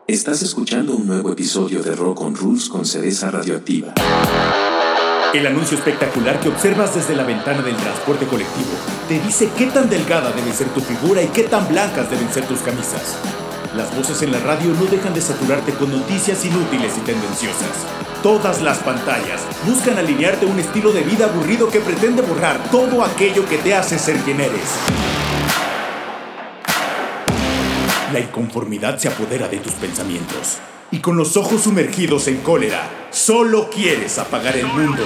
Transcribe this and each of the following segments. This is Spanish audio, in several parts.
Estás escuchando un nuevo episodio de Rock on Rules con Cereza Radioactiva. El anuncio espectacular que observas desde la ventana del transporte colectivo te dice qué tan delgada debe ser tu figura y qué tan blancas deben ser tus camisas. Las voces en la radio no dejan de saturarte con noticias inútiles y tendenciosas. Todas las pantallas buscan alinearte a un estilo de vida aburrido que pretende borrar todo aquello que te hace ser quien eres. La inconformidad se apodera de tus pensamientos y con los ojos sumergidos en cólera, solo quieres apagar el mundo.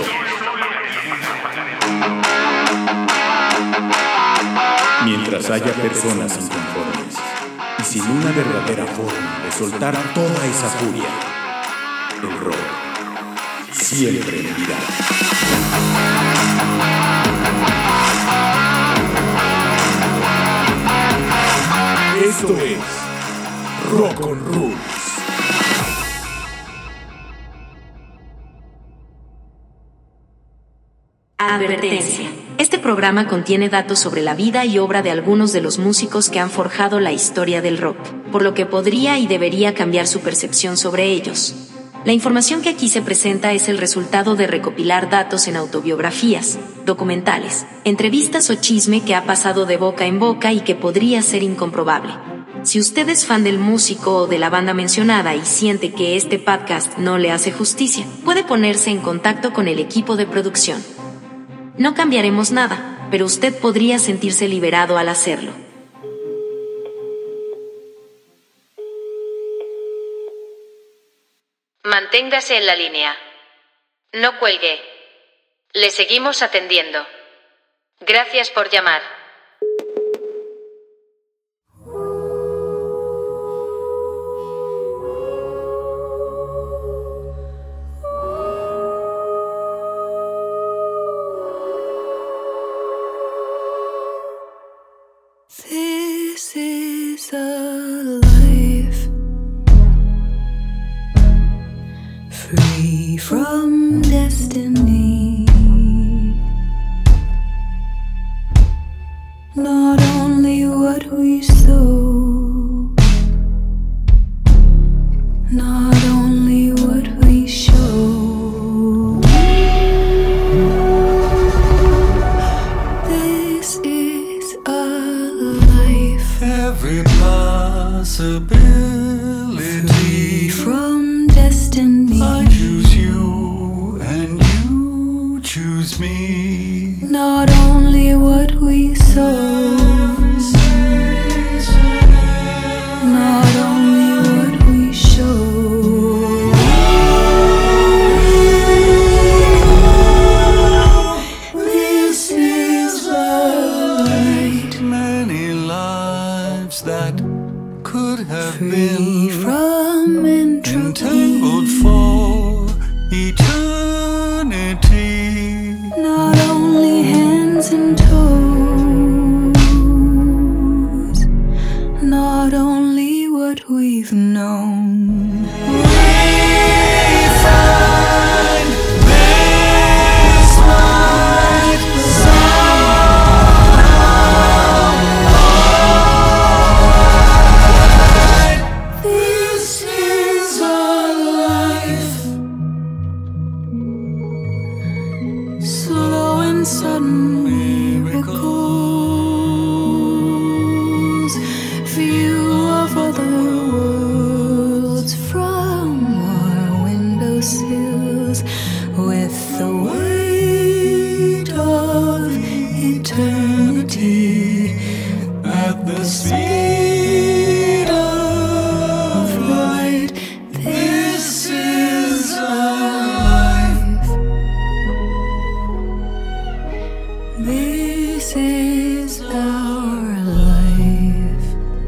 Mientras haya personas inconformes y sin una verdadera forma de soltar toda esa furia, el rock siempre vivirá. Esto es Rock on Rules. Advertencia. Este programa contiene datos sobre la vida y obra de algunos de los músicos que han forjado la historia del rock, por lo que podría y debería cambiar su percepción sobre ellos. La información que aquí se presenta es el resultado de recopilar datos en autobiografías, documentales, entrevistas o chisme que ha pasado de boca en boca y que podría ser incomprobable. Si usted es fan del músico o de la banda mencionada y siente que este podcast no le hace justicia, puede ponerse en contacto con el equipo de producción. No cambiaremos nada, pero usted podría sentirse liberado al hacerlo. Manténgase en la línea. No cuelgue. Le seguimos atendiendo. Gracias por llamar. This is a life free from destiny. Not only what we sow, not only what we show. This is a life every possibility free from destiny. I choose you and you choose me. Not only what we sow, not only what we show. This is a light Many lives that could have free been from entropy. entangled for eternity. Not only hands and toes, not only what we've known. We find this light somehow. This is a life slow and sudden miracles, view of other worlds from our windowsills, with the weight of eternity At the speed of light, this is a life. This is our life.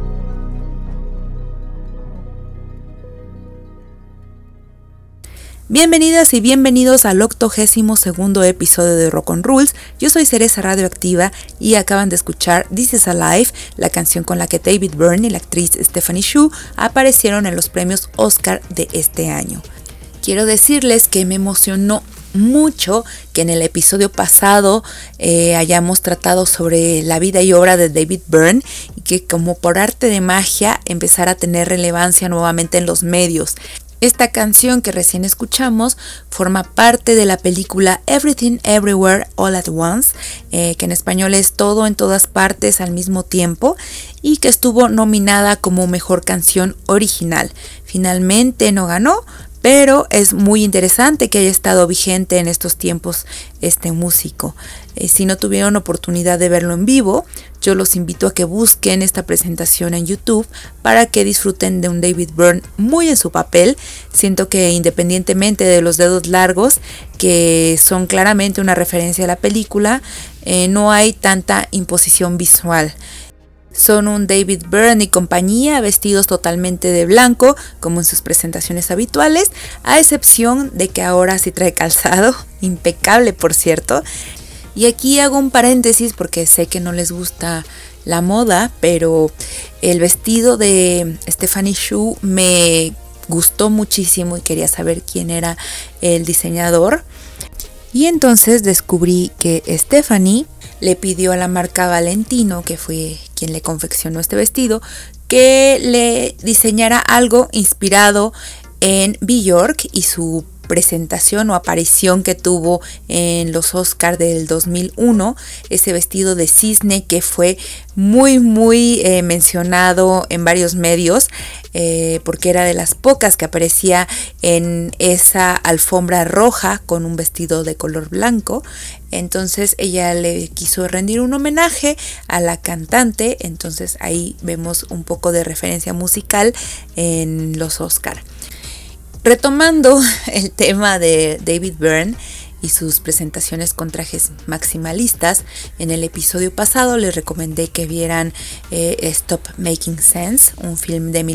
Bienvenidas y bienvenidos al 82º episodio de Rock on Rules. Yo soy Cereza Radioactiva y acaban de escuchar This is a Life, la canción con la que David Byrne y la actriz Stephanie Hsu aparecieron en los premios Oscar de este año. Quiero decirles que me emocionó mucho que en el episodio pasado hayamos tratado sobre la vida y obra de David Byrne y que como por arte de magia empezara a tener relevancia nuevamente en los medios. Esta canción que recién escuchamos forma parte de la película Everything Everywhere All at Once, que en español es Todo en todas partes al mismo tiempo, y que estuvo nominada como mejor canción original. Finalmente no ganó, pero es muy interesante que haya estado vigente en estos tiempos este músico. Si no tuvieron oportunidad de verlo en vivo, yo los invito a que busquen esta presentación en YouTube para que disfruten de un David Byrne muy en su papel. Siento que independientemente de los dedos largos, que son claramente una referencia a la película, no hay tanta imposición visual. Son un David Byrne y compañía vestidos totalmente de blanco, como en sus presentaciones habituales, a excepción de que ahora sí trae calzado, impecable por cierto. Y aquí hago un paréntesis porque sé que no les gusta la moda, pero el vestido de Stephanie Hsu me gustó muchísimo y quería saber quién era el diseñador. Y entonces descubrí que Stephanie le pidió a la marca Valentino, que fue quien le confeccionó este vestido, que le diseñara algo inspirado en Björk y su presentación o aparición que tuvo en los Oscars del 2001, ese vestido de cisne que fue muy mencionado en varios medios, porque era de las pocas que aparecía en esa alfombra roja con un vestido de color blanco. Entonces ella le quiso rendir un homenaje a la cantante, entonces ahí vemos un poco de referencia musical en los Oscars. Retomando el tema de David Byrne y sus presentaciones con trajes maximalistas, en el episodio pasado les recomendé que vieran Stop Making Sense, un film de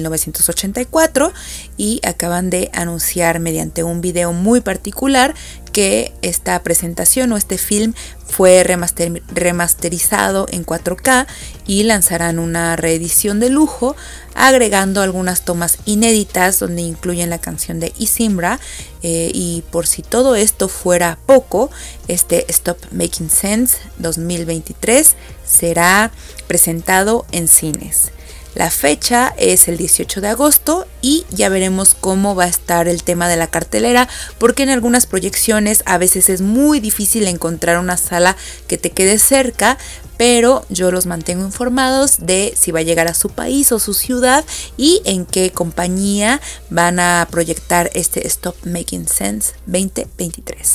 1984, y acaban de anunciar mediante un video muy particular que esta presentación o este film fue remasterizado en 4K y lanzarán una reedición de lujo agregando algunas tomas inéditas donde incluyen la canción de Isimbra, y por si todo esto fuera poco, este Stop Making Sense 2023 será presentado en cines. La fecha es el 18 de agosto y ya veremos cómo va a estar el tema de la cartelera, porque en algunas proyecciones a veces es muy difícil encontrar una sala que te quede cerca, pero yo los mantengo informados de si va a llegar a su país o su ciudad y en qué compañía van a proyectar este Stop Making Sense 2023.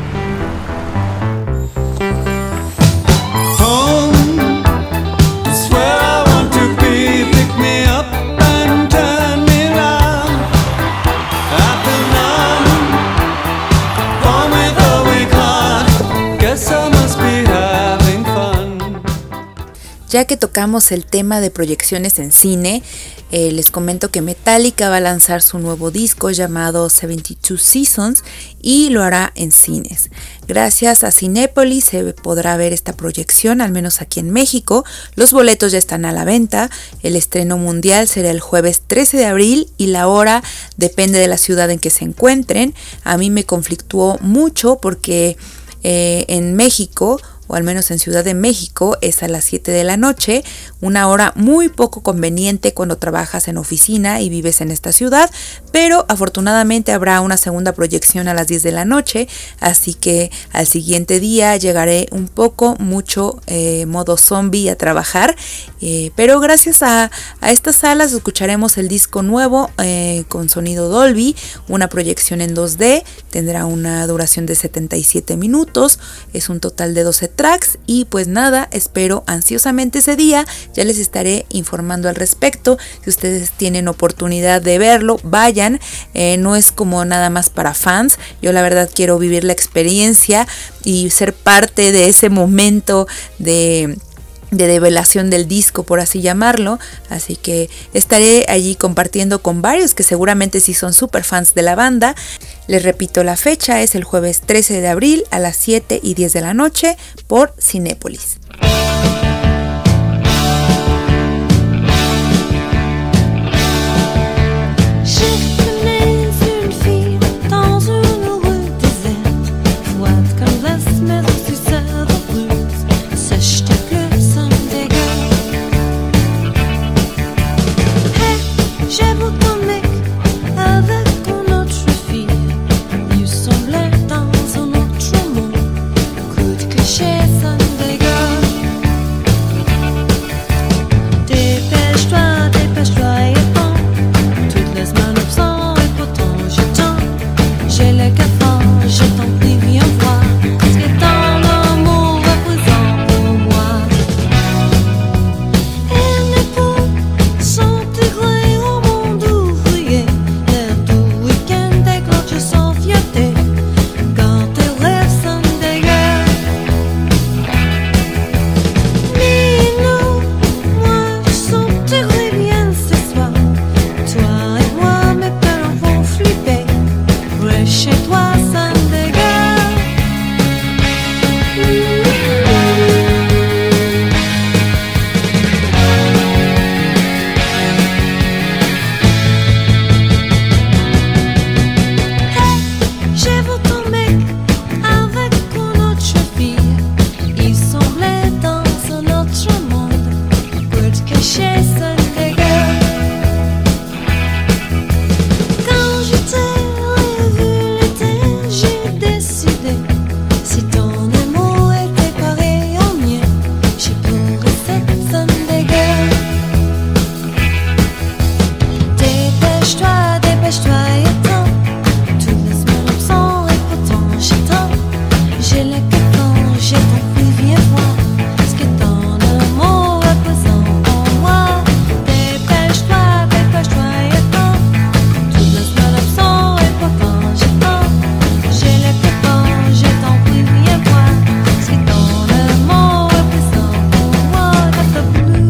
Ya que tocamos el tema de proyecciones en cine, les comento que Metallica va a lanzar su nuevo disco llamado 72 Seasons y lo hará en cines. Gracias a Cinépolis se podrá ver esta proyección, al menos aquí en México. Los boletos ya están a la venta. El estreno mundial será el jueves 13 de abril y la hora depende de la ciudad en que se encuentren. A mí me conflictuó mucho porque en México, o al menos en Ciudad de México, es a las 7 de la noche, una hora muy poco conveniente cuando trabajas en oficina y vives en esta ciudad, pero afortunadamente habrá una segunda proyección a las 10 de la noche, así que al siguiente día llegaré mucho modo zombie a trabajar, pero gracias a estas salas escucharemos el disco nuevo con sonido Dolby, una proyección en 2D, tendrá una duración de 77 minutos, es un total de 12 tracks y pues nada, espero ansiosamente ese día, ya les estaré informando al respecto. Si ustedes tienen oportunidad de verlo, vayan, no es como nada más para fans, yo la verdad quiero vivir la experiencia y ser parte de ese momento de develación del disco, por así llamarlo, así que estaré allí compartiendo con varios que seguramente sí son super fans de la banda. Les repito, la fecha es el jueves 13 de abril a las 7 y 10 de la noche por Cinépolis. j'étais chez Sunday Girl. Quand je t'ai revu l'été, j'ai décidé, si ton amour était pareil au mien, je pourrais cette Sunday Girl. Dépêche-toi, dépêche-toi et tant, tous les semaines sont et pourtant j'attends. J'ai le cœur quand j'ai ton prix, viens voir ce que ton amour représente pour moi. Dépêche-toi, dépêche-toi et attends, toutes les semaines sont et pourtant j'attends. J'ai le cœur quand j'ai ton prix, viens voir ce que ton amour représente pour moi. That's the blues.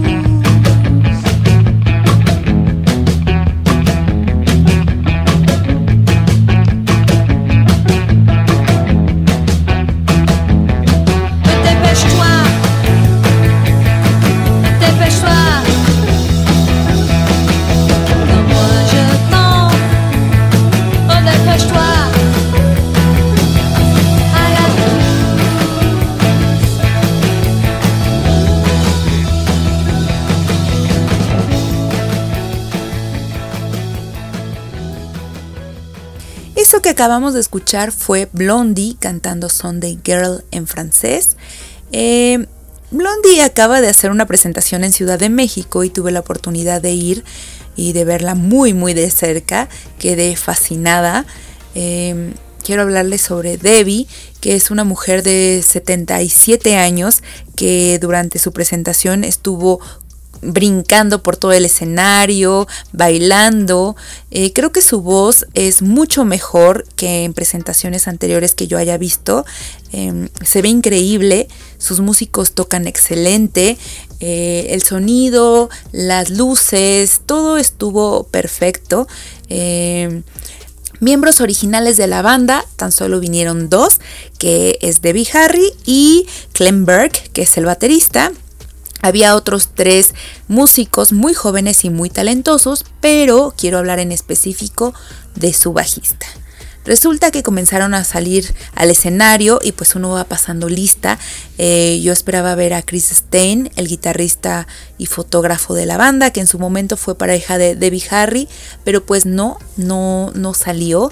Dépêche-toi, dépêche-toi, comme moi je t'en, oh dépêche-toi, I got the Eso que acabamos de escuchar fue Blondie cantando Sunday Girl en francés. Blondie acaba de hacer una presentación en Ciudad de México y tuve la oportunidad de ir y de verla muy muy de cerca. Quedé fascinada. Quiero hablarles sobre Debbie, que es una mujer de 77 años que durante su presentación estuvo brincando por todo el escenario, bailando. Creo que su voz es mucho mejor que en presentaciones anteriores que yo haya visto. Se ve increíble, sus músicos tocan excelente, el sonido, las luces, todo estuvo perfecto. Miembros originales de la banda, tan solo vinieron 2, que es Debbie Harry y Clem Burke, que es el baterista. Había otros 3 músicos muy jóvenes y muy talentosos, pero quiero hablar en específico de su bajista. Resulta que comenzaron a salir al escenario y pues uno va pasando lista. Yo esperaba ver a Chris Stein, el guitarrista y fotógrafo de la banda, que en su momento fue pareja de Debbie Harry, pero pues no salió.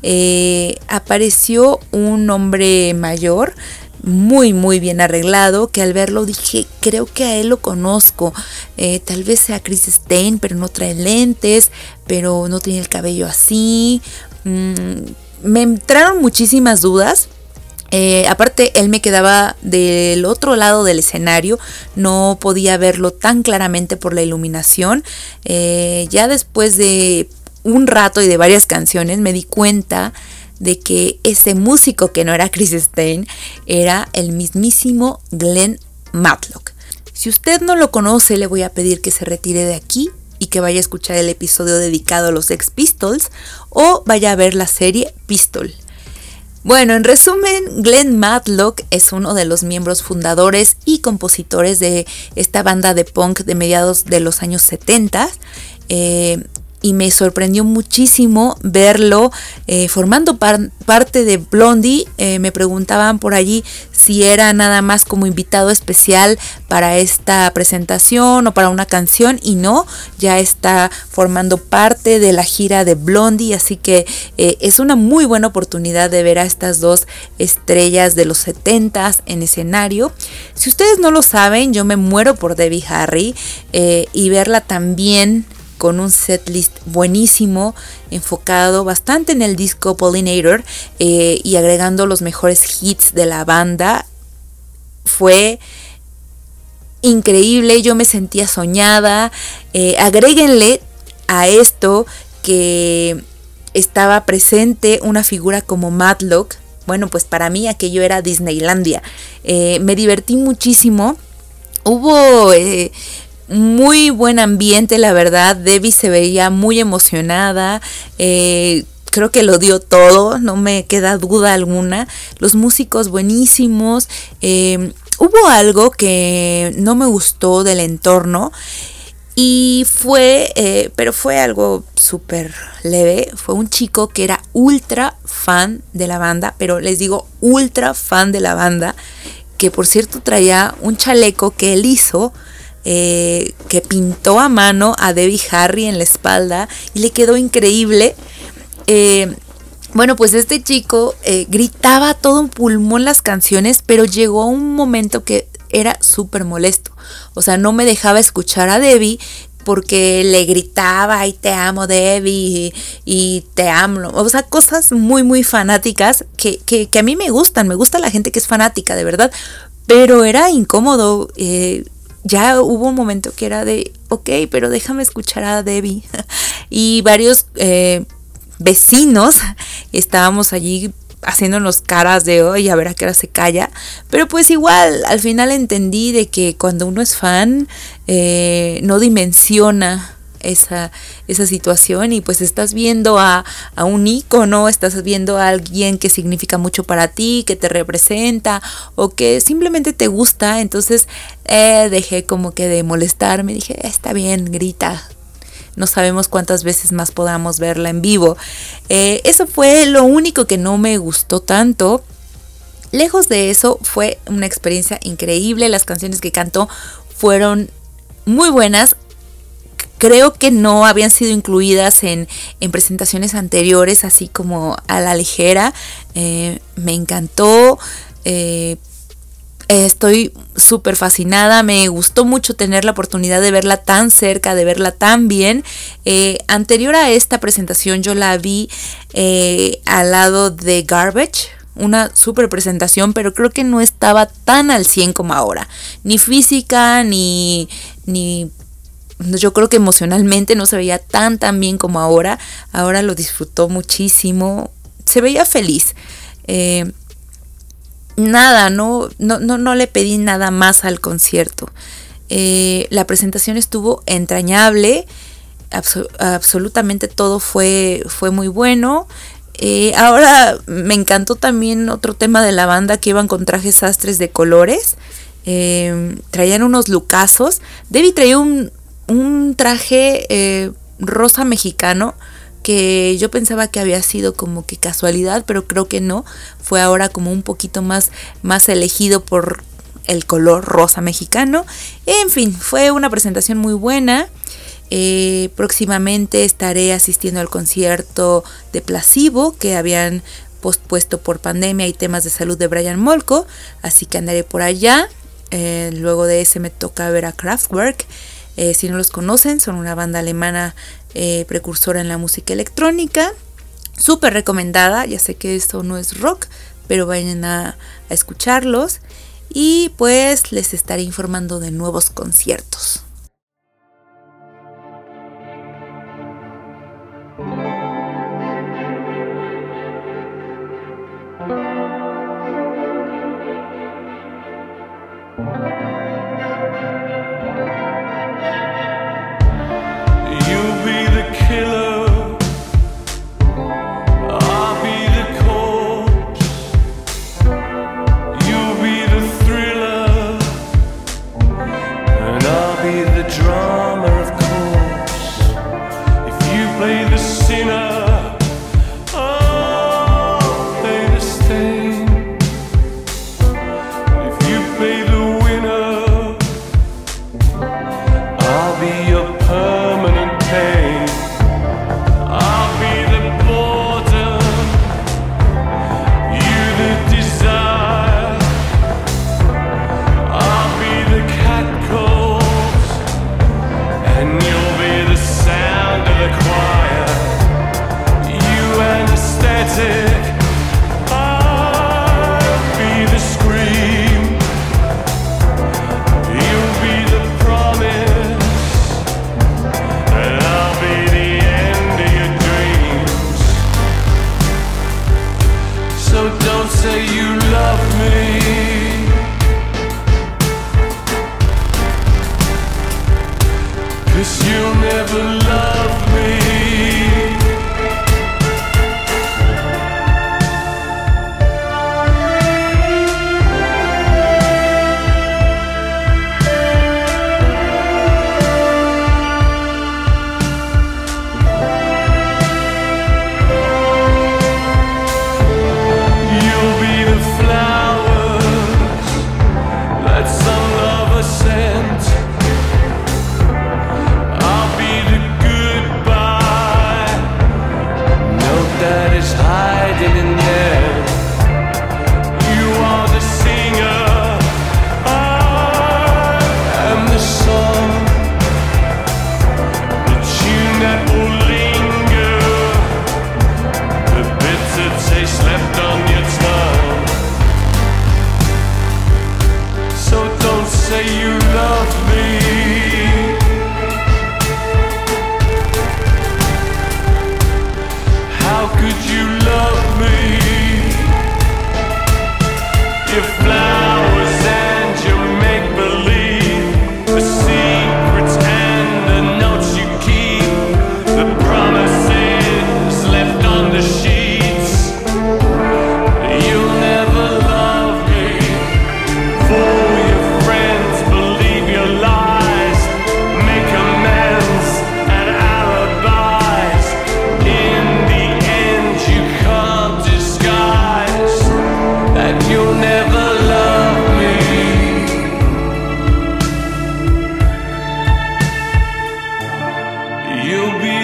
Apareció un hombre mayor, muy muy bien arreglado, que al verlo dije, creo que a él lo conozco, tal vez sea Chris Stein, pero no trae lentes, pero no tiene el cabello así. Me entraron muchísimas dudas. Aparte él me quedaba del otro lado del escenario, no podía verlo tan claramente por la iluminación. Ya después de un rato y de varias canciones me di cuenta de que ese músico que no era Chris Stein era el mismísimo Glenn Matlock. Si usted no lo conoce, le voy a pedir que se retire de aquí y que vaya a escuchar el episodio dedicado a los Sex Pistols o vaya a ver la serie Pistol. Bueno, en resumen, Glenn Matlock es uno de los miembros fundadores y compositores de esta banda de punk de mediados de los años 70. Y me sorprendió muchísimo verlo formando parte de Blondie. Me preguntaban por allí si era nada más como invitado especial para esta presentación o para una canción, y no, ya está formando parte de la gira de Blondie, así que es una muy buena oportunidad de ver a estas 2 estrellas de los 70s en escenario. Si ustedes no lo saben, yo me muero por Debbie Harry y verla también con un setlist buenísimo, enfocado bastante en el disco Pollinator y agregando los mejores hits de la banda. Fue increíble, yo me sentía soñada. Agréguenle a esto que estaba presente una figura como Matlock. Bueno, pues para mí aquello era Disneylandia. Me divertí muchísimo. Hubo muy buen ambiente, la verdad. Debbie se veía muy emocionada. Creo que lo dio todo, no me queda duda alguna. Los músicos buenísimos. Hubo algo que no me gustó del entorno. Y pero fue algo súper leve. Fue un chico que era ultra fan de la banda, pero les digo ultra fan de la banda, que por cierto traía un chaleco que él hizo que pintó a mano a Debbie Harry en la espalda y le quedó increíble. Bueno, pues este chico gritaba a todo un pulmón las canciones, pero llegó un momento que era súper molesto. O sea, no me dejaba escuchar a Debbie porque le gritaba y te amo, Debbie, y te amo. O sea, cosas muy, muy fanáticas que a mí me gusta la gente que es fanática, de verdad. Pero era incómodo. Ya hubo un momento que era de, ok, pero déjame escuchar a Debbie. Y varios vecinos estábamos allí haciéndonos caras de hoy a ver a qué hora se calla, pero pues igual al final entendí de que cuando uno es fan no dimensiona esa situación y pues estás viendo a un ícono, estás viendo a alguien que significa mucho para ti, que te representa o que simplemente te gusta. Entonces dejé como que de molestarme, dije está bien, grita. No sabemos cuántas veces más podamos verla en vivo. Eso fue lo único que no me gustó tanto. Lejos de eso, fue una experiencia increíble. Las canciones que cantó fueron muy buenas. Creo que no habían sido incluidas en presentaciones anteriores, así como a la ligera. Me encantó. Estoy súper fascinada, me gustó mucho tener la oportunidad de verla tan cerca, de verla tan bien. Anterior a esta presentación yo la vi al lado de Garbage, una súper presentación, pero creo que no estaba tan al 100 como ahora, ni física, ni yo creo que emocionalmente no se veía tan bien como ahora. Ahora lo disfrutó muchísimo, se veía feliz. Nada, no le pedí nada más al concierto. La presentación estuvo entrañable, absolutamente todo fue muy bueno. Ahora me encantó también otro tema de la banda, que iban con trajes sastres de colores. Traían unos lookazos. Debbie traía un traje rosa mexicano, que yo pensaba que había sido como que casualidad, pero creo que no, fue ahora como un poquito más elegido por el color rosa mexicano. En fin, fue una presentación muy buena. Próximamente estaré asistiendo al concierto de Placebo, que habían pospuesto por pandemia y temas de salud de Brian Molko, así que andaré por allá. Luego de ese me toca ver a Kraftwerk. Si no los conocen, son una banda alemana precursora en la música electrónica, súper recomendada. Ya sé que esto no es rock, pero vayan a escucharlos y pues les estaré informando de nuevos conciertos.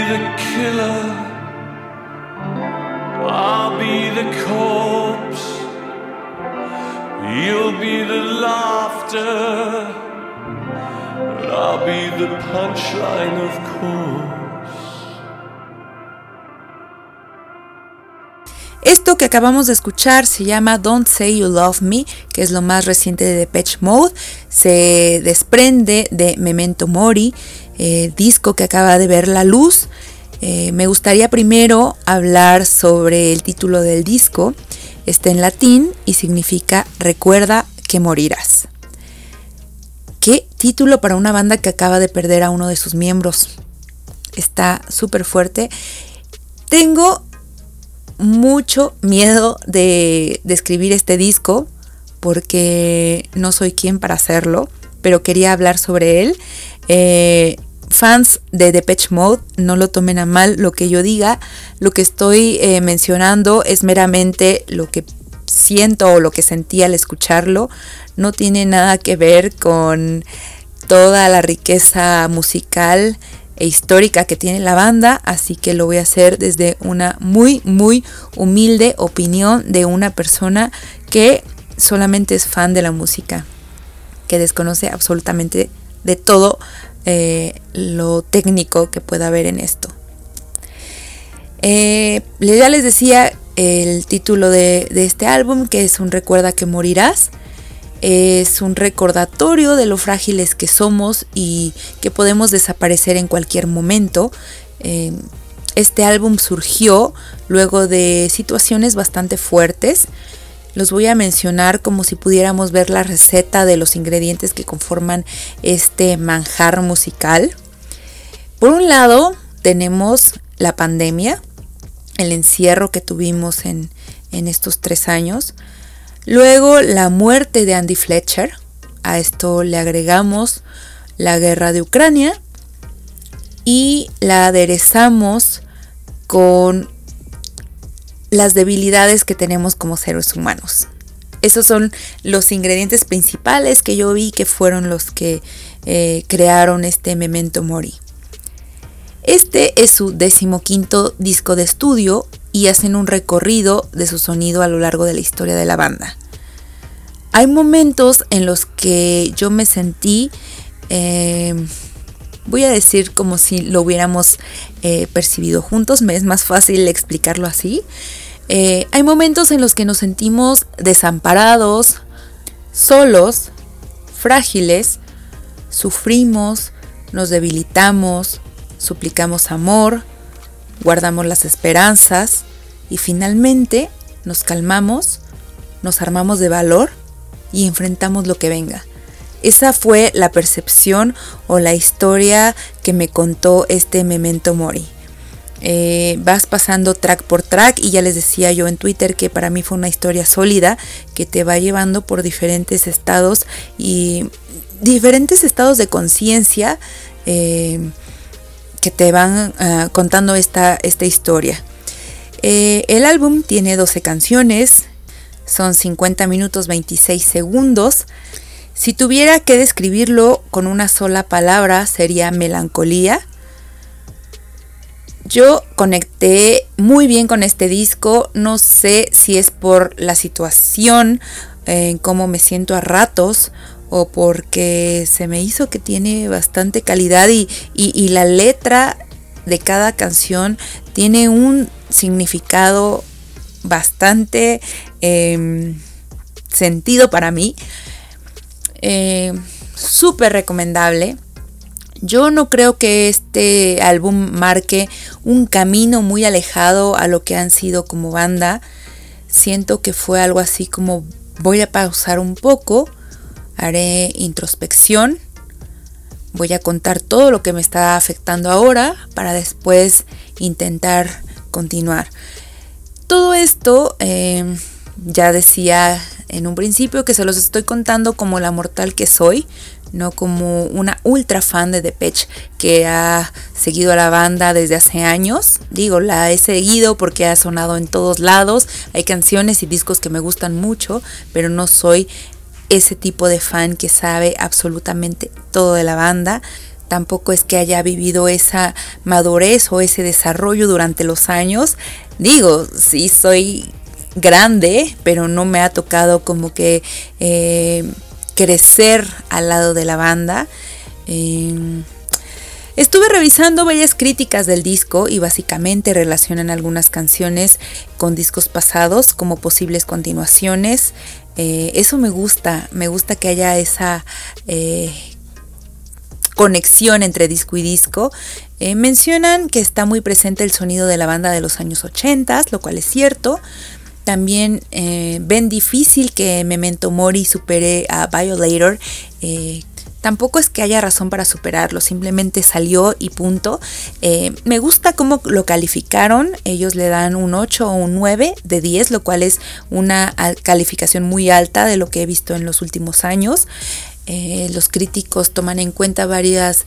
the killer, I'll be the corpse, you'll be the laughter, and I'll be the punchline, of course. Esto que acabamos de escuchar se llama Don't Say You Love Me, que es lo más reciente de Depeche Mode. Se desprende de Memento Mori, disco que acaba de ver la luz. Me gustaría primero hablar sobre el título del disco. Está en latín y significa Recuerda que morirás. Qué título para una banda que acaba de perder a uno de sus miembros. Está súper fuerte. Tengo mucho miedo de escribir este disco porque no soy quien para hacerlo, pero quería hablar sobre él. Fans de Depeche Mode, no lo tomen a mal lo que yo diga. Lo que estoy mencionando es meramente lo que siento o lo que sentí al escucharlo. No tiene nada que ver con toda la riqueza musical e histórica que tiene la banda, así que lo voy a hacer desde una muy humilde opinión de una persona que solamente es fan de la música, que desconoce absolutamente de todo lo técnico que pueda haber en esto. Ya les decía el título de este álbum, que es un Recuerda que morirás. Es un recordatorio de lo frágiles que somos y que podemos desaparecer en cualquier momento. Este álbum surgió luego de situaciones bastante fuertes. Los voy a mencionar como si pudiéramos ver la receta de los ingredientes que conforman este manjar musical. Por un lado, tenemos la pandemia, el encierro que tuvimos en estos 3 años. Luego la muerte de Andy Fletcher, a esto le agregamos la guerra de Ucrania y la aderezamos con las debilidades que tenemos como seres humanos. Esos son los ingredientes principales que yo vi que fueron los que crearon este Memento Mori. Este es su 15º disco de estudio y hacen un recorrido de su sonido a lo largo de la historia de la banda. Hay momentos en los que yo me sentí, voy a decir como si lo hubiéramos percibido juntos, me es más fácil explicarlo así. Hay momentos en los que nos sentimos desamparados, solos, frágiles, sufrimos, nos debilitamos, suplicamos amor, guardamos las esperanzas y finalmente nos calmamos, nos armamos de valor y enfrentamos lo que venga. Esa fue la percepción o la historia que me contó este Memento Mori. Vas pasando track por track y ya les decía yo en Twitter que para mí fue una historia sólida que te va llevando por diferentes estados y diferentes estados de conciencia que te van contando esta historia. El álbum tiene 12 canciones, son 50 minutos 26 segundos. Si tuviera que describirlo con una sola palabra sería melancolía. Yo conecté muy bien con este disco, no sé si es por la situación, cómo me siento a ratos, o porque se me hizo que tiene bastante calidad y la letra de cada canción tiene un significado bastante sentido para mí. Súper recomendable. Yo no creo que este álbum marque un camino muy alejado a lo que han sido como banda. Siento que fue algo así como voy a pausar un poco, haré introspección, voy a contar todo lo que me está afectando ahora para después intentar continuar. Todo esto ya decía en un principio que se los estoy contando como la mortal que soy, no como una ultra fan de Depeche que ha seguido a la banda desde hace años. Digo, la he seguido porque ha sonado en todos lados, hay canciones y discos que me gustan mucho, pero no soy ese tipo de fan que sabe absolutamente todo de la banda. tampoco es que haya vivido esa madurez o ese desarrollo durante los años. Digo, sí soy grande, pero no me ha tocado como que crecer al lado de la banda. Estuve revisando varias críticas del disco y básicamente relacionan algunas canciones con discos pasados como posibles continuaciones. Eso me gusta que haya esa conexión entre disco y disco. Mencionan que está muy presente el sonido de la banda de los años 80, lo cual es cierto. También ven difícil que Memento Mori supere a Violator. Tampoco es que haya razón para superarlo, simplemente salió y punto. Me gusta cómo lo calificaron. Ellos le dan un 8 o un 9 de 10, lo cual es una calificación muy alta de lo que he visto en los últimos años. Los críticos toman en cuenta varios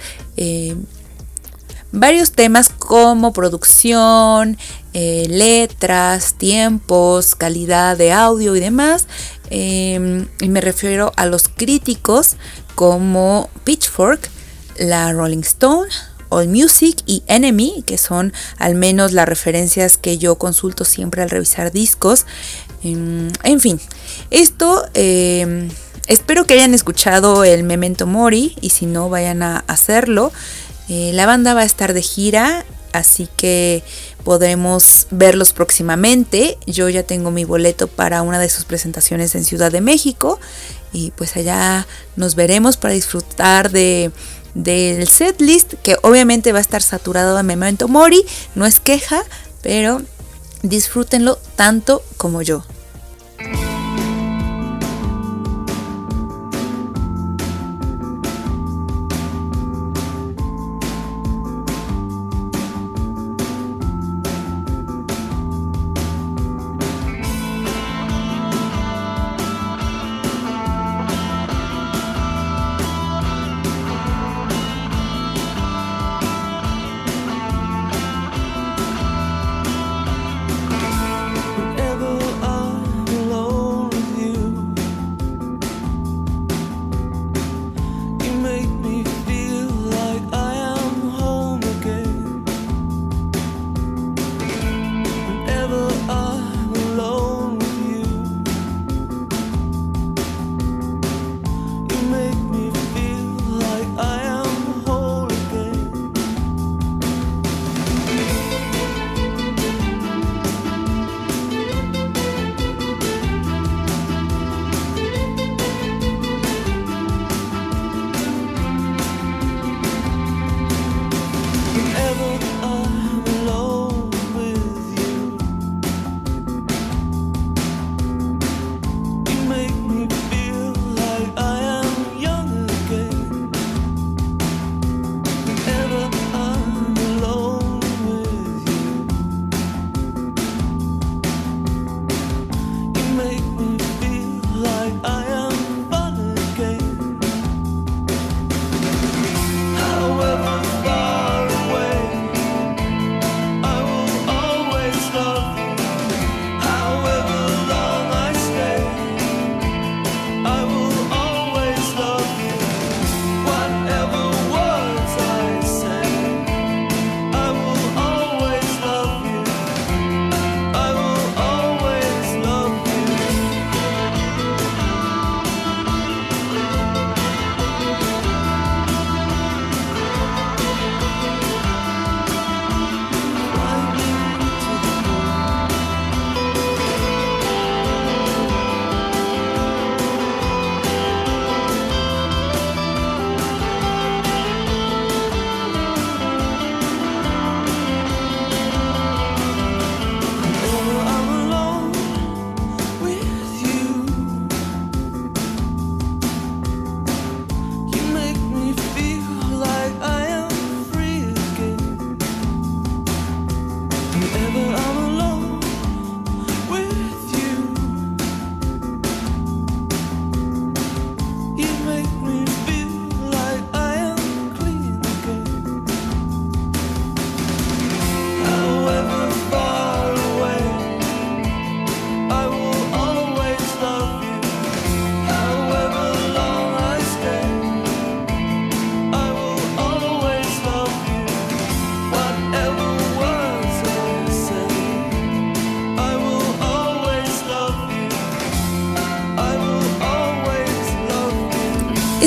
temas como producción, letras, tiempos, calidad de audio y demás. Y me refiero a los críticos como Pitchfork, la Rolling Stone, AllMusic y Enemy, que son al menos las referencias que yo consulto siempre al revisar discos. En fin, esto espero que hayan escuchado el Memento Mori, y si no, vayan a hacerlo. La banda va a estar de gira, así que podremos verlos próximamente. Yo ya tengo mi boleto para una de sus presentaciones en Ciudad de México, y pues allá nos veremos para disfrutar del setlist, que obviamente va a estar saturado de Memento Mori. No es queja, pero disfrútenlo tanto como yo. Whenever I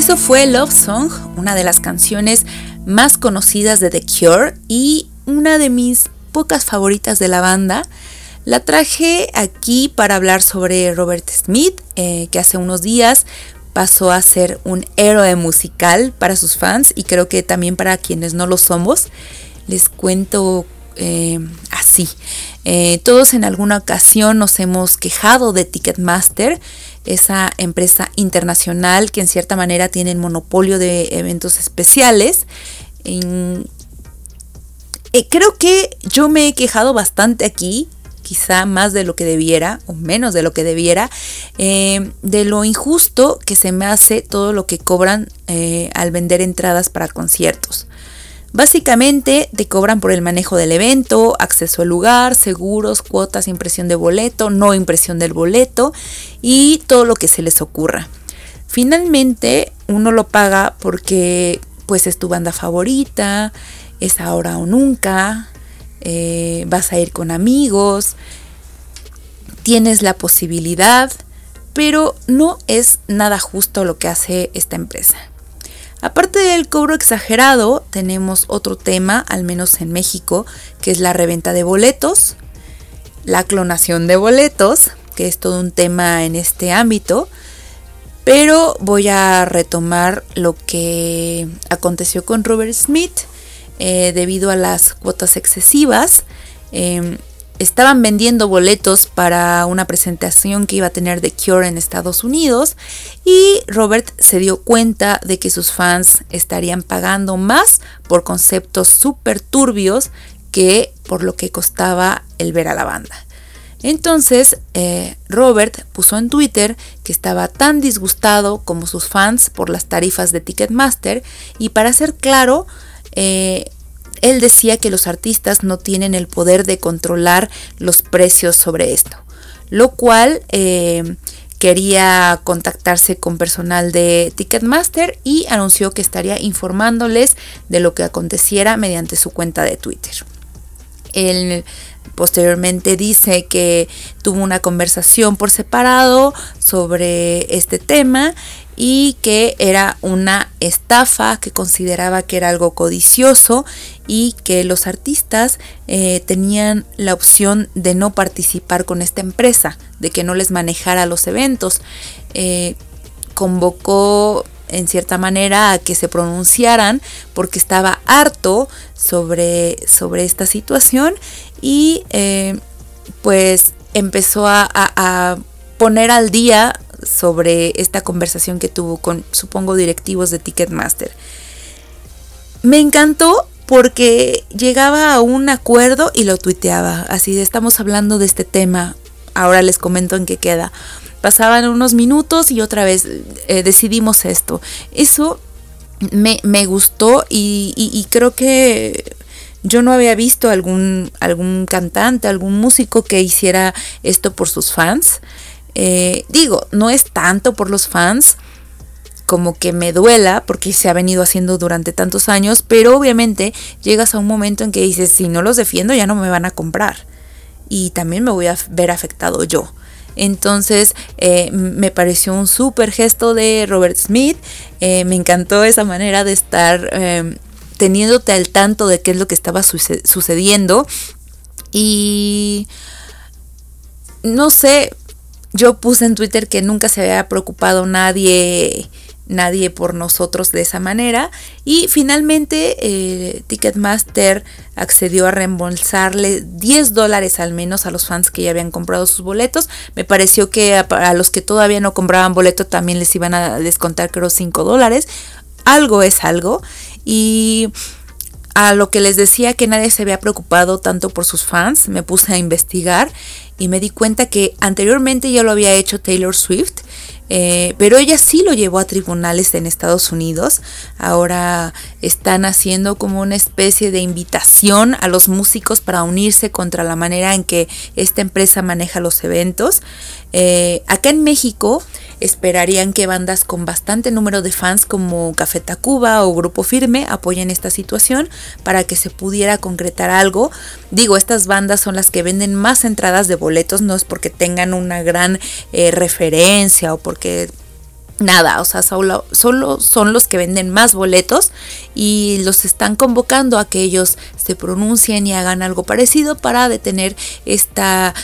Eso fue Love Song, una de las canciones más conocidas de The Cure y una de mis pocas favoritas de la banda. La traje aquí para hablar sobre Robert Smith, que hace unos días pasó a ser un héroe musical para sus fans y creo que también para quienes no lo somos. Les cuento así. Todos en alguna ocasión nos hemos quejado de Ticketmaster, esa empresa internacional que en cierta manera tiene el monopolio de eventos especiales. Creo que yo me he quejado bastante aquí, quizá más de lo que debiera o menos de lo que debiera, de lo injusto que se me hace todo lo que cobran al vender entradas para conciertos. Básicamente te cobran por el manejo del evento, acceso al lugar, seguros, cuotas, impresión de boleto, no impresión del boleto y todo lo que se les ocurra. Finalmente uno lo paga porque pues es tu banda favorita, es ahora o nunca. Vas a ir con amigos, tienes la posibilidad, pero no es nada justo lo que hace esta empresa. Aparte del cobro exagerado, tenemos otro tema, al menos en México, que es la reventa de boletos, la clonación de boletos, que es todo un tema en este ámbito, pero voy a retomar lo que aconteció con Robert Smith. Debido a las cuotas excesivas, estaban vendiendo boletos para una presentación que iba a tener The Cure en Estados Unidos y Robert se dio cuenta de que sus fans estarían pagando más por conceptos súper turbios que por lo que costaba el ver a la banda. Entonces Robert puso en Twitter que estaba tan disgustado como sus fans por las tarifas de Ticketmaster y, para ser claro, él decía que los artistas no tienen el poder de controlar los precios sobre esto, lo cual quería contactarse con personal de Ticketmaster y anunció que estaría informándoles de lo que aconteciera mediante su cuenta de Twitter. Él posteriormente dice que tuvo una conversación por separado sobre este tema y que era una estafa, que consideraba que era algo codicioso y que los artistas tenían la opción de no participar con esta empresa, de que no les manejara los eventos. Convocó en cierta manera a que se pronunciaran porque estaba harto sobre esta situación y pues empezó a poner al día sobre esta conversación que tuvo con, supongo, directivos de Ticketmaster. Me encantó porque llegaba a un acuerdo y lo tuiteaba, así de: estamos hablando de este tema, ahora les comento en qué queda. Pasaban unos minutos y otra vez decidimos esto. Eso me gustó y creo que yo no había visto algún cantante, algún músico que hiciera esto por sus fans. Digo, no es tanto por los fans como que me duela, porque se ha venido haciendo durante tantos años, pero obviamente llegas a un momento en que dices: si no los defiendo ya no me van a comprar y también me voy a ver afectado yo. Entonces me pareció un súper gesto de Robert Smith. Me encantó esa manera de estar teniéndote al tanto de qué es lo que estaba sucediendo. Y no sé, yo puse en Twitter que nunca se había preocupado nadie por nosotros de esa manera, y finalmente Ticketmaster accedió a reembolsarle $10 al menos a los fans que ya habían comprado sus boletos. Me pareció que a los que todavía no compraban boleto también les iban a descontar, creo, $5. Algo es algo. Y a lo que les decía que nadie se había preocupado tanto por sus fans, me puse a investigar y me di cuenta que anteriormente ya lo había hecho Taylor Swift, pero ella sí lo llevó a tribunales en Estados Unidos. Ahora están haciendo como una especie de invitación a los músicos para unirse contra la manera en que esta empresa maneja los eventos. Acá en México esperarían que bandas con bastante número de fans como Café Tacuba o Grupo Firme apoyen esta situación para que se pudiera concretar algo. Digo, estas bandas son las que venden más entradas de boletos, no es porque tengan una gran referencia o porque nada, o sea, solo son los que venden más boletos y los están convocando a que ellos se pronuncien y hagan algo parecido para detener esta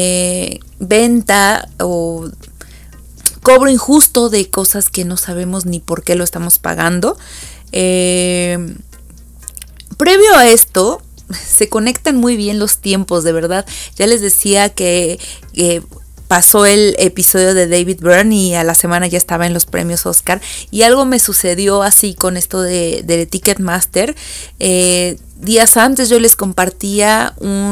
venta o cobro injusto de cosas que no sabemos ni por qué lo estamos pagando. Previo a esto, se conectan muy bien los tiempos, de verdad. Ya les decía que pasó el episodio de David Byrne y a la semana ya estaba en los premios Oscar, y algo me sucedió así con esto de Ticketmaster. Días antes yo les compartía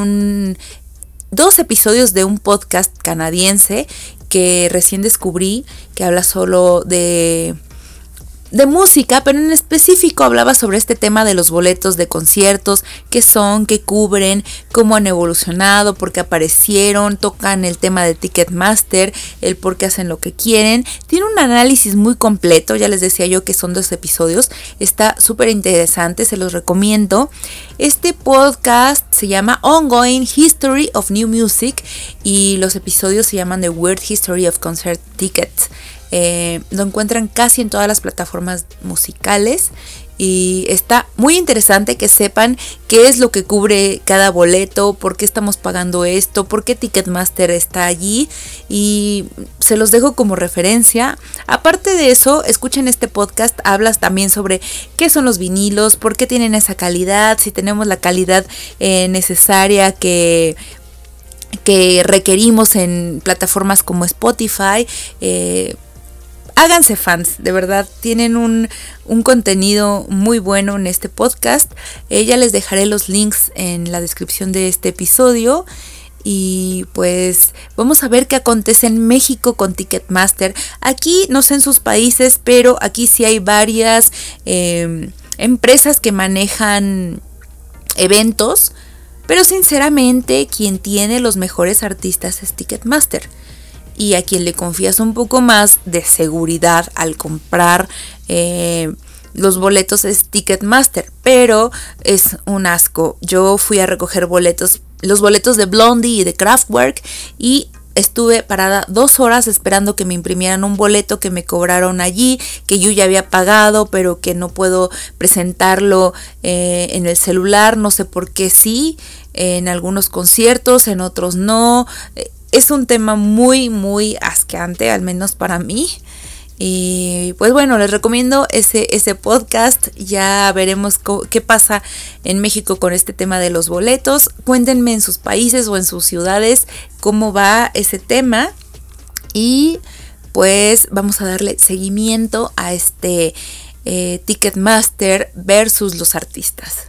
2 episodios de un podcast canadiense que recién descubrí, que habla solo de música, pero en específico hablaba sobre este tema de los boletos de conciertos, qué son, qué cubren, cómo han evolucionado, por qué aparecieron, tocan el tema de Ticketmaster, el por qué hacen lo que quieren. Tiene un análisis muy completo, ya les decía yo que son 2 episodios, está súper interesante, se los recomiendo. Este podcast se llama Ongoing History of New Music y los episodios se llaman The Weird History of Concert Tickets. Lo encuentran casi en todas las plataformas musicales y está muy interesante que sepan qué es lo que cubre cada boleto, por qué estamos pagando esto, por qué Ticketmaster está allí, y se los dejo como referencia. Aparte de eso, escuchen este podcast, hablas también sobre qué son los vinilos, por qué tienen esa calidad, si tenemos la calidad necesaria que requerimos en plataformas como Spotify. Háganse fans, de verdad, tienen un contenido muy bueno en este podcast. Ya les dejaré los links en la descripción de este episodio. Y pues vamos a ver qué acontece en México con Ticketmaster. Aquí no sé en sus países, pero aquí sí hay varias empresas que manejan eventos. Pero sinceramente quien tiene los mejores artistas es Ticketmaster. Y a quien le confías un poco más de seguridad al comprar los boletos es Ticketmaster, pero es un asco. Yo fui a recoger los boletos de Blondie y de Kraftwerk, y estuve parada 2 horas esperando que me imprimieran un boleto que me cobraron allí, que yo ya había pagado, pero que no puedo presentarlo en el celular, no sé por qué sí, en algunos conciertos, en otros no. Es un tema muy, muy asqueante, al menos para mí. Y pues bueno, les recomiendo ese podcast. Ya veremos qué pasa en México con este tema de los boletos. Cuéntenme en sus países o en sus ciudades cómo va ese tema. Y pues vamos a darle seguimiento a este Ticketmaster versus los artistas.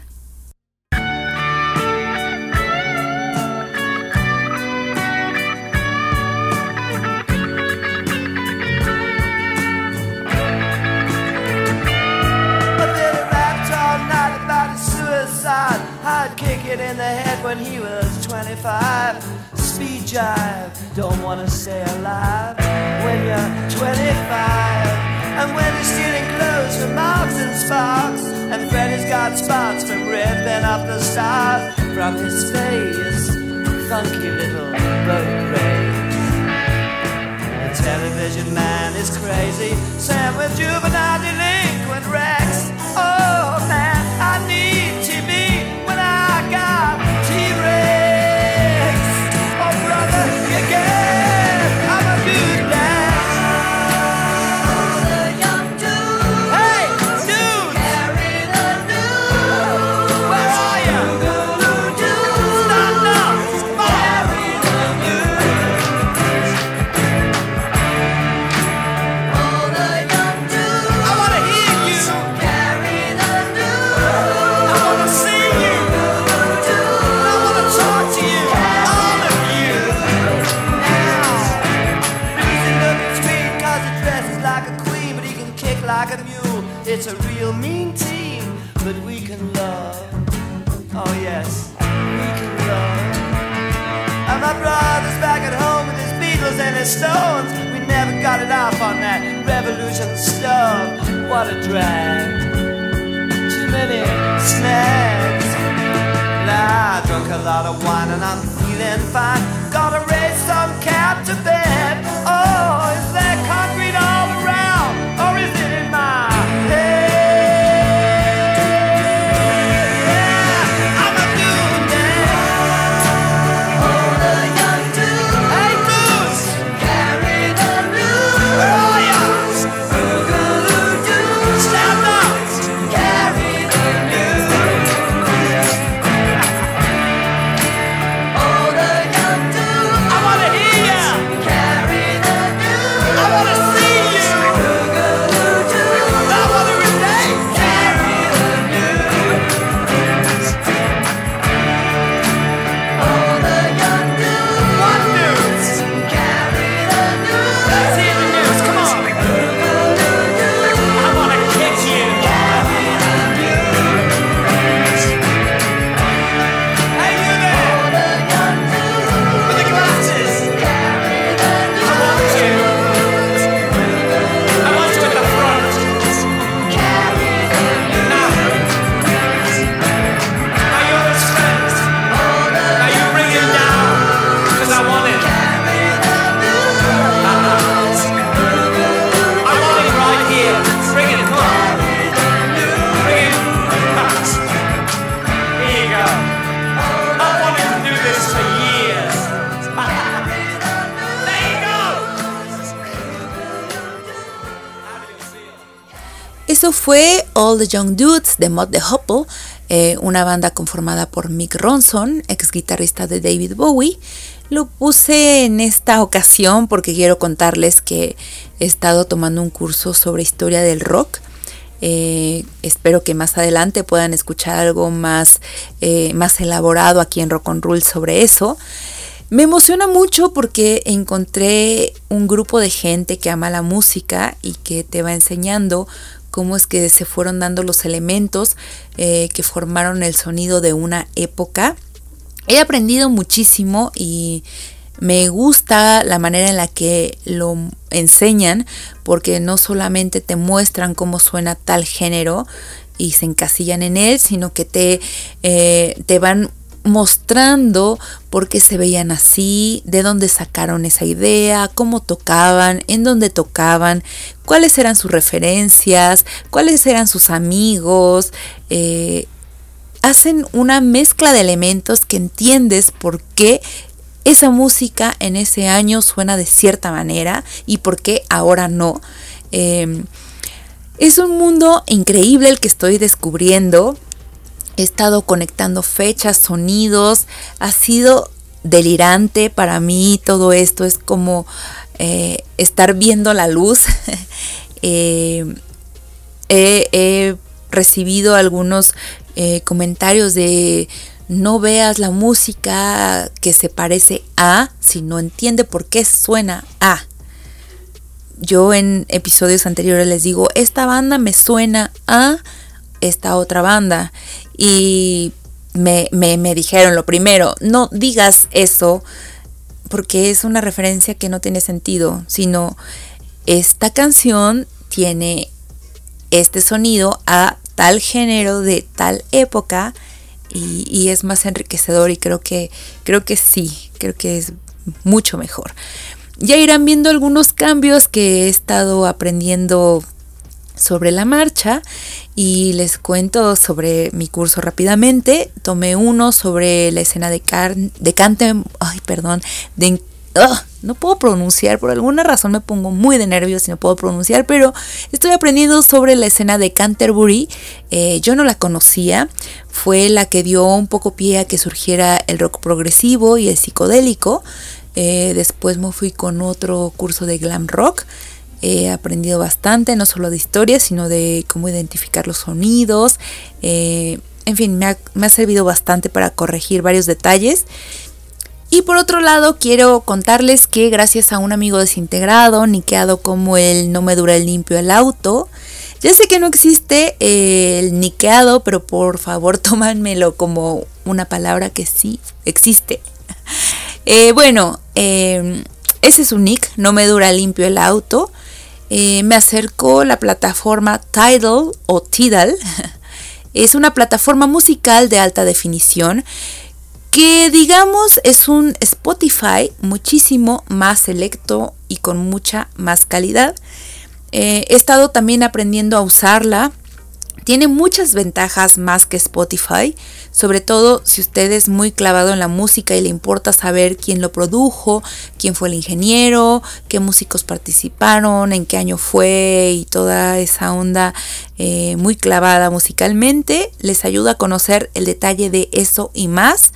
I'd kick it in the head when he was 25. Speed jive, don't wanna stay alive when you're 25. And when you're stealing clothes from Marks and Sparks, and Freddy's got spots from ripping up the stars from his face, funky little boat race. The television man is crazy, Sam with juvenile delinquent Rex. Oh man, I need TV when I got T-Rex. Oh brother, you get, I'm a good man. Oh, the young dude. Hey, dude. Carry the news. Where are you? Stand up. Carry the news. Oh, the young dude. I wanna hear you. Carry the news. I wanna see you. I wanna talk to you. All of you. Now, Lucy looks sweet 'cause he dresses like a queen, but he can kick like a mule. It's a real mean team, but we can love. Oh yes, we can love. And my brother's back at home with his Beatles and his Stones. We never got it off on that revolution stuff. What a drag. Too many snags. Nah, I drunk a lot of wine and I'm feeling fine. Gotta raise some cap to bed. Oh, is there concrete all around? eso fue All the Young Dudes de Mott the Hoople, una banda conformada por Mick Ronson, ex guitarrista de David Bowie. Lo puse en esta ocasión porque quiero contarles que he estado tomando un curso sobre historia del rock. Espero que más adelante puedan escuchar algo más elaborado aquí en Rock on Roll sobre eso. Me emociona mucho porque encontré un grupo de gente que ama la música y que te va enseñando cómo es que se fueron dando los elementos que formaron el sonido de una época. He aprendido muchísimo y me gusta la manera en la que lo enseñan, porque no solamente te muestran cómo suena tal género y se encasillan en él, sino que te van mostrando por qué se veían así, de dónde sacaron esa idea, cómo tocaban, en dónde tocaban, cuáles eran sus referencias, cuáles eran sus amigos. Hacen una mezcla de elementos que entiendes por qué esa música en ese año suena de cierta manera y por qué ahora no. Es un mundo increíble el que estoy descubriendo. He estado conectando fechas, sonidos. Ha sido delirante para mí todo esto. Es como estar viendo la luz. He recibido algunos comentarios de no veas la música que se parece a, si no entiende por qué suena a. Yo en episodios anteriores les digo, esta banda me suena a esta otra banda. Y me dijeron lo primero, no digas eso porque es una referencia que no tiene sentido, sino esta canción tiene este sonido a tal género de tal época y es más enriquecedor y creo que sí, creo que es mucho mejor. Ya irán viendo algunos cambios que he estado aprendiendo sobre la marcha y les cuento sobre mi curso rápidamente. Tomé uno sobre la escena no puedo pronunciar, por alguna razón me pongo muy de nervios y no puedo pronunciar, pero estoy aprendiendo sobre la escena de Canterbury. Yo no la conocía, fue la que dio un poco pie a que surgiera el rock progresivo y el psicodélico. Después me fui con otro curso de glam rock. He aprendido bastante, no solo de historia, sino de cómo identificar los sonidos. En fin, me ha servido bastante para corregir varios detalles. Y por otro lado, quiero contarles que gracias a un amigo desintegrado, niqueado como el No me dura el limpio el auto, ya sé que no existe el niqueado, pero por favor tómanmelo como una palabra que sí existe. Ese es un nick, No me dura limpio el auto. Me acercó la plataforma Tidal o Tidal. Es una plataforma musical de alta definición que digamos es un Spotify muchísimo más selecto y con mucha más calidad. He estado también aprendiendo a usarla. Tiene muchas ventajas más que Spotify, sobre todo si usted es muy clavado en la música y le importa saber quién lo produjo, quién fue el ingeniero, qué músicos participaron, en qué año fue y toda esa onda muy clavada musicalmente. Les ayuda a conocer el detalle de eso y más.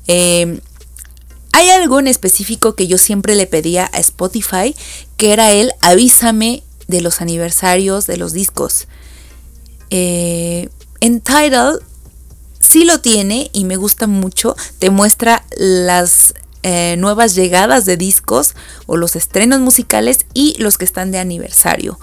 Hay algo en específico que yo siempre le pedía a Spotify, que era el avísame de los aniversarios de los discos. En Tidal sí lo tiene y me gusta mucho. Te muestra las nuevas llegadas de discos o los estrenos musicales y los que están de aniversario.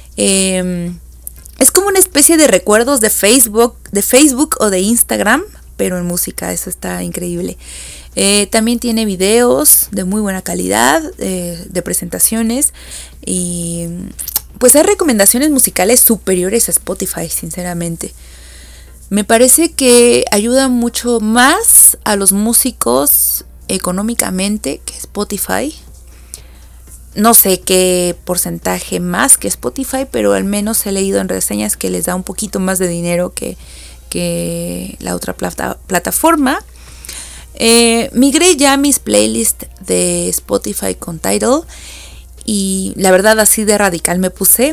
Es como una especie de recuerdos de Facebook o de Instagram, pero en música. Eso está increíble. También tiene videos de muy buena calidad, de presentaciones, y pues hay recomendaciones musicales superiores a Spotify, sinceramente. Me parece que ayuda mucho más a los músicos económicamente que Spotify. No sé qué porcentaje más que Spotify, pero al menos he leído en reseñas que les da un poquito más de dinero que la otra plataforma. Migré ya mis playlists de Spotify con Tidal y la verdad así de radical me puse.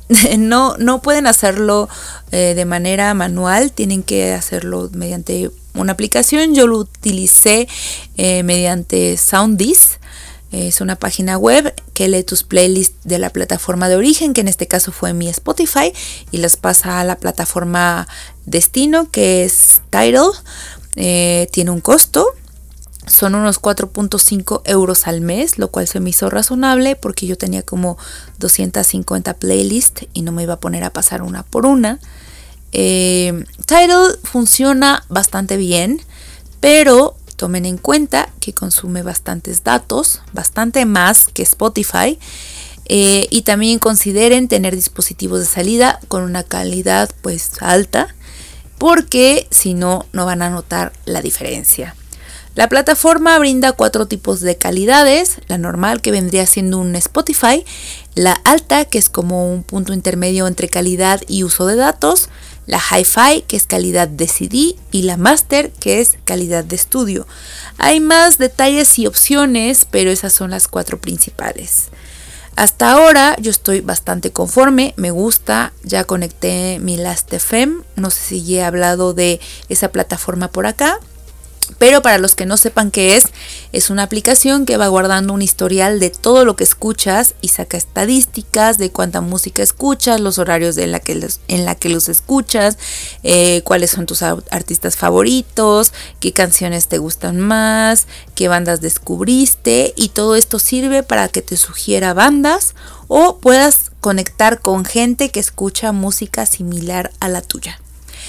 no pueden hacerlo de manera manual, tienen que hacerlo mediante una aplicación. Yo lo utilicé mediante Soundis. Es una página web que lee tus playlists de la plataforma de origen, que en este caso fue mi Spotify, y las pasa a la plataforma destino, que es Tidal. Tiene un costo. Son unos 4.5 euros al mes, lo cual se me hizo razonable porque yo tenía como 250 playlists y no me iba a poner a pasar una por una. Tidal funciona bastante bien, pero tomen en cuenta que consume bastantes datos, bastante más que Spotify. Y también consideren tener dispositivos de salida con una calidad pues alta, porque si no, no van a notar la diferencia. La plataforma brinda 4 tipos de calidades: la normal, que vendría siendo un Spotify; la alta, que es como un punto intermedio entre calidad y uso de datos; la Hi-Fi, que es calidad de CD; y la Master, que es calidad de estudio. Hay más detalles y opciones, pero esas son las 4 principales. Hasta ahora yo estoy bastante conforme, me gusta. Ya conecté mi Last.fm, no sé si ya he hablado de esa plataforma por acá. Pero para los que no sepan qué es una aplicación que va guardando un historial de todo lo que escuchas y saca estadísticas de cuánta música escuchas, los horarios en la que los escuchas, cuáles son tus artistas favoritos, qué canciones te gustan más, qué bandas descubriste, y todo esto sirve para que te sugiera bandas o puedas conectar con gente que escucha música similar a la tuya.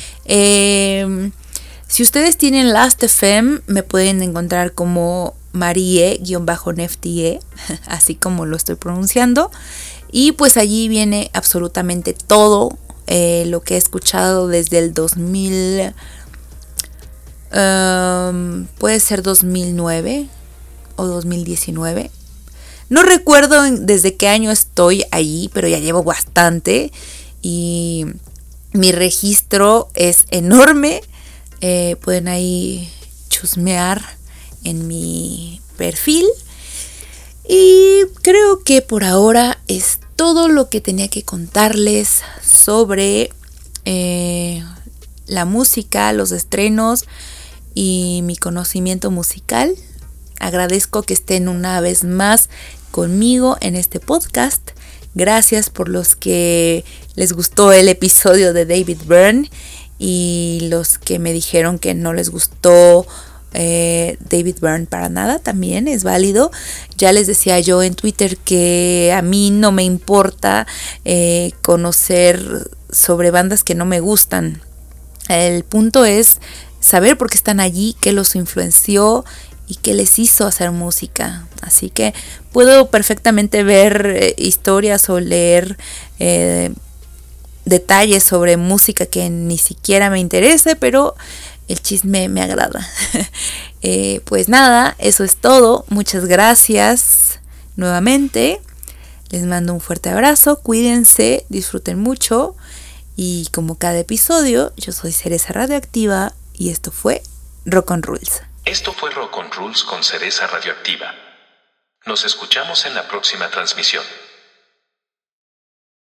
Si ustedes tienen Last.fm, me pueden encontrar como Marie-Neftie, así como lo estoy pronunciando. Y pues allí viene absolutamente todo lo que he escuchado desde el 2000, puede ser 2009 o 2019. No recuerdo desde qué año estoy allí, pero ya llevo bastante. Y mi registro es enorme. Pueden ahí chusmear en mi perfil. Y creo que por ahora es todo lo que tenía que contarles sobre la música, los estrenos y mi conocimiento musical. Agradezco que estén una vez más conmigo en este podcast. Gracias por los que les gustó el episodio de David Byrne y los que me dijeron que no les gustó David Byrne para nada. También es válido. Ya les decía yo en Twitter que a mí no me importa conocer sobre bandas que no me gustan. El punto es saber por qué están allí, qué los influenció y qué les hizo hacer música. Así que puedo perfectamente ver historias o leer detalles sobre música que ni siquiera me interese, pero el chisme me agrada. Pues nada, eso es todo. Muchas gracias nuevamente. Les mando un fuerte abrazo. Cuídense, disfruten mucho. Y como cada episodio, yo soy Cereza Radioactiva y esto fue Rock on Rules. Esto fue Rock on Rules con Cereza Radioactiva. Nos escuchamos en la próxima transmisión.